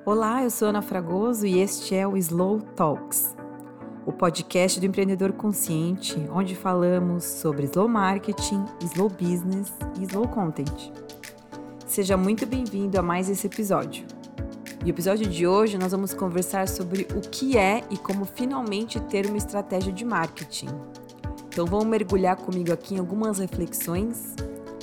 Olá, eu sou Ana Fragoso e este é o Slow Talks, o podcast do empreendedor consciente, onde falamos sobre slow marketing, slow business e slow content. Seja muito bem-vindo a mais esse episódio. E o episódio de hoje nós vamos conversar sobre o que é e como finalmente ter uma estratégia de marketing. Então vamos mergulhar comigo aqui em algumas reflexões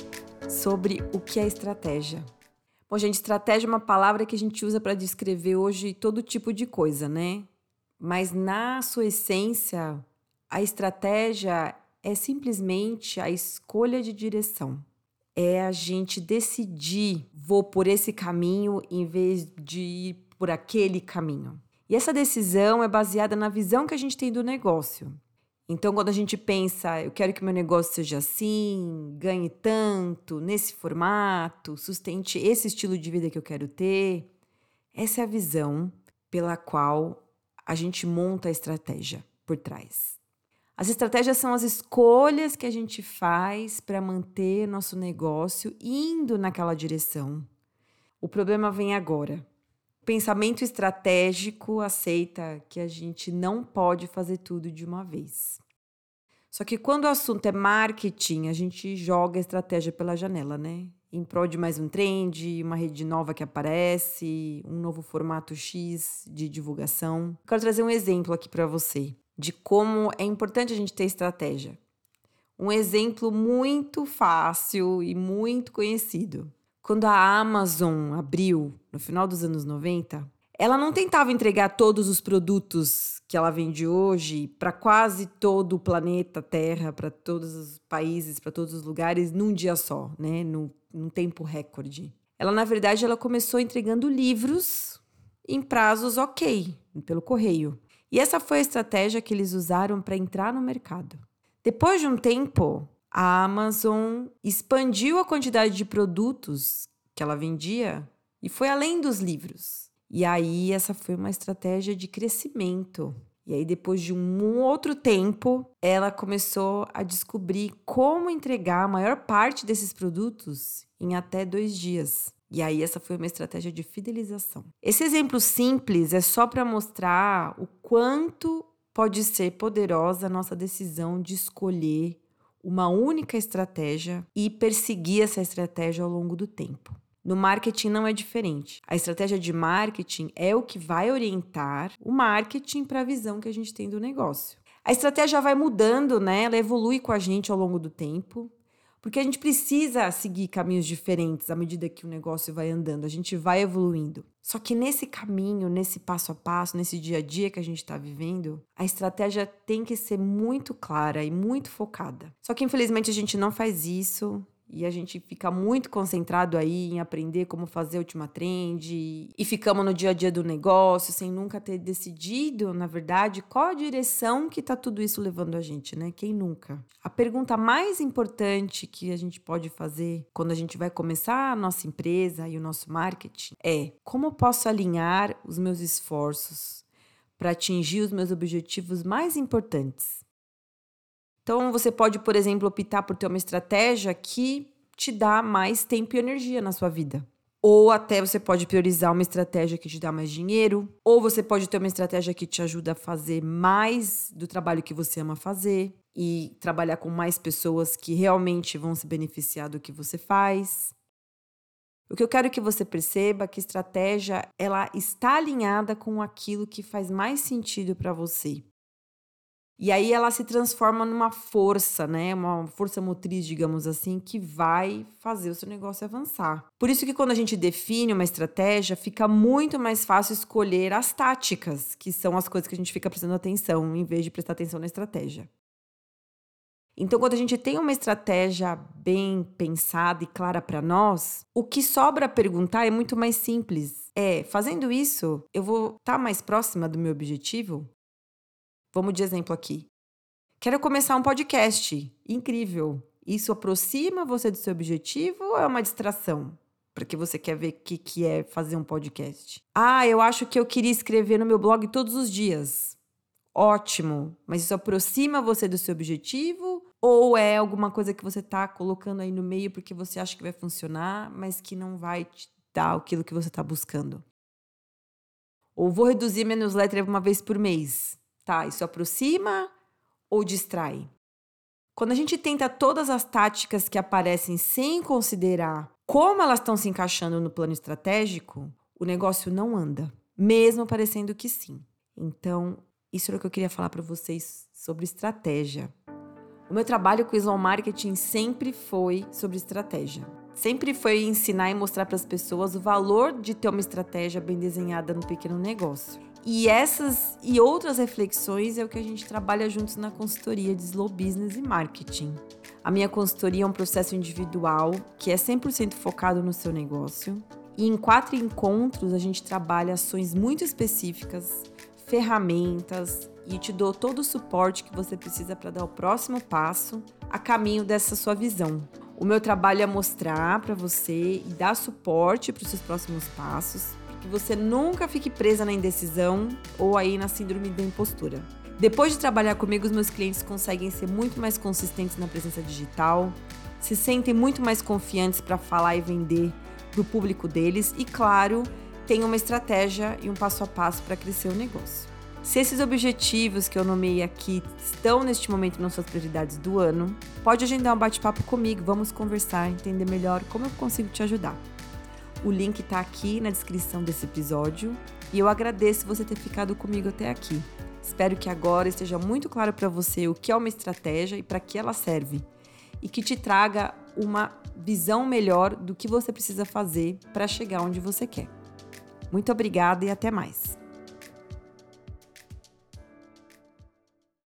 sobre o que é estratégia. Bom, gente, estratégia é uma palavra que a gente usa para descrever hoje todo tipo de coisa, né? Mas na sua essência, a estratégia é simplesmente a escolha de direção. É a gente decidir, vou por esse caminho em vez de ir por aquele caminho. E essa decisão é baseada na visão que a gente tem do negócio. Então, quando a gente pensa, eu quero que meu negócio seja assim, ganhe tanto, nesse formato, sustente esse estilo de vida que eu quero ter, essa é a visão pela qual a gente monta a estratégia por trás. As estratégias são as escolhas que a gente faz para manter nosso negócio indo naquela direção. O problema vem agora. O pensamento estratégico aceita que a gente não pode fazer tudo de uma vez. Só que quando o assunto é marketing, a gente joga a estratégia pela janela, né? Em prol de mais um trend, uma rede nova que aparece, um novo formato X de divulgação. Quero trazer um exemplo aqui para você de como é importante a gente ter estratégia. Um exemplo muito fácil e muito conhecido. Quando a Amazon abriu, no final dos anos 90, ela não tentava entregar todos os produtos que ela vende hoje para quase todo o planeta Terra, para todos os países, para todos os lugares, num dia só, né? Num tempo recorde. Na verdade, ela começou entregando livros em prazos ok, pelo correio. E essa foi a estratégia que eles usaram para entrar no mercado. Depois de um tempo, a Amazon expandiu a quantidade de produtos que ela vendia e foi além dos livros. E aí, essa foi uma estratégia de crescimento. E aí, depois de um outro tempo, ela começou a descobrir como entregar a maior parte desses produtos em até 2 dias. E aí, essa foi uma estratégia de fidelização. Esse exemplo simples é só para mostrar o quanto pode ser poderosa a nossa decisão de escolher uma única estratégia e perseguir essa estratégia ao longo do tempo. No marketing não é diferente. A estratégia de marketing é o que vai orientar o marketing para a visão que a gente tem do negócio. A estratégia vai mudando, né? Ela evolui com a gente ao longo do tempo, porque a gente precisa seguir caminhos diferentes à medida que o negócio vai andando, a gente vai evoluindo. Só que nesse caminho, nesse passo a passo, nesse dia a dia que a gente está vivendo, a estratégia tem que ser muito clara e muito focada. Só que infelizmente a gente não faz isso. E a gente fica muito concentrado aí em aprender como fazer a última trend e ficamos no dia a dia do negócio sem nunca ter decidido, na verdade, qual a direção que tá tudo isso levando a gente, né? Quem nunca? A pergunta mais importante que a gente pode fazer quando a gente vai começar a nossa empresa e o nosso marketing é: como eu posso alinhar os meus esforços para atingir os meus objetivos mais importantes? Então, você pode, por exemplo, optar por ter uma estratégia que te dá mais tempo e energia na sua vida. Ou até você pode priorizar uma estratégia que te dá mais dinheiro. Ou você pode ter uma estratégia que te ajuda a fazer mais do trabalho que você ama fazer e trabalhar com mais pessoas que realmente vão se beneficiar do que você faz. O que eu quero que você perceba é que a estratégia ela está alinhada com aquilo que faz mais sentido para você. E aí ela se transforma numa força, né? Uma força motriz, digamos assim, que vai fazer o seu negócio avançar. Por isso que quando a gente define uma estratégia, fica muito mais fácil escolher as táticas, que são as coisas que a gente fica prestando atenção, em vez de prestar atenção na estratégia. Então, quando a gente tem uma estratégia bem pensada e clara para nós, o que sobra a perguntar é muito mais simples. Fazendo isso, eu vou estar mais próxima do meu objetivo? Vamos de exemplo aqui. Quero começar um podcast. Incrível. Isso aproxima você do seu objetivo ou é uma distração? Porque você quer ver o que é fazer um podcast. Eu acho que eu queria escrever no meu blog todos os dias. Ótimo. Mas isso aproxima você do seu objetivo? Ou é alguma coisa que você está colocando aí no meio porque você acha que vai funcionar, mas que não vai te dar aquilo que você está buscando? Ou vou reduzir minha newsletter uma vez por mês. Tá, isso aproxima ou distrai? Quando a gente tenta todas as táticas que aparecem sem considerar como elas estão se encaixando no plano estratégico, o negócio não anda, mesmo parecendo que sim. Então, isso é o que eu queria falar para vocês sobre estratégia. O meu trabalho com o Slow Marketing sempre foi sobre estratégia. Sempre foi ensinar e mostrar para as pessoas o valor de ter uma estratégia bem desenhada no pequeno negócio. E essas e outras reflexões é o que a gente trabalha juntos na consultoria de Slow Business e Marketing. A minha consultoria é um processo individual que é 100% focado no seu negócio. E em 4 encontros a gente trabalha ações muito específicas, ferramentas e te dou todo o suporte que você precisa para dar o próximo passo a caminho dessa sua visão. O meu trabalho é mostrar para você e dar suporte para os seus próximos passos, que você nunca fique presa na indecisão ou aí na síndrome da impostura. Depois de trabalhar comigo, os meus clientes conseguem ser muito mais consistentes na presença digital, se sentem muito mais confiantes para falar e vender para o público deles e, claro, tem uma estratégia e um passo a passo para crescer o negócio. Se esses objetivos que eu nomeei aqui estão neste momento nas suas prioridades do ano, pode agendar um bate-papo comigo, vamos conversar, entender melhor como eu consigo te ajudar. O link está aqui na descrição desse episódio e eu agradeço você ter ficado comigo até aqui. Espero que agora esteja muito claro para você o que é uma estratégia e para que ela serve e que te traga uma visão melhor do que você precisa fazer para chegar onde você quer. Muito obrigada e até mais!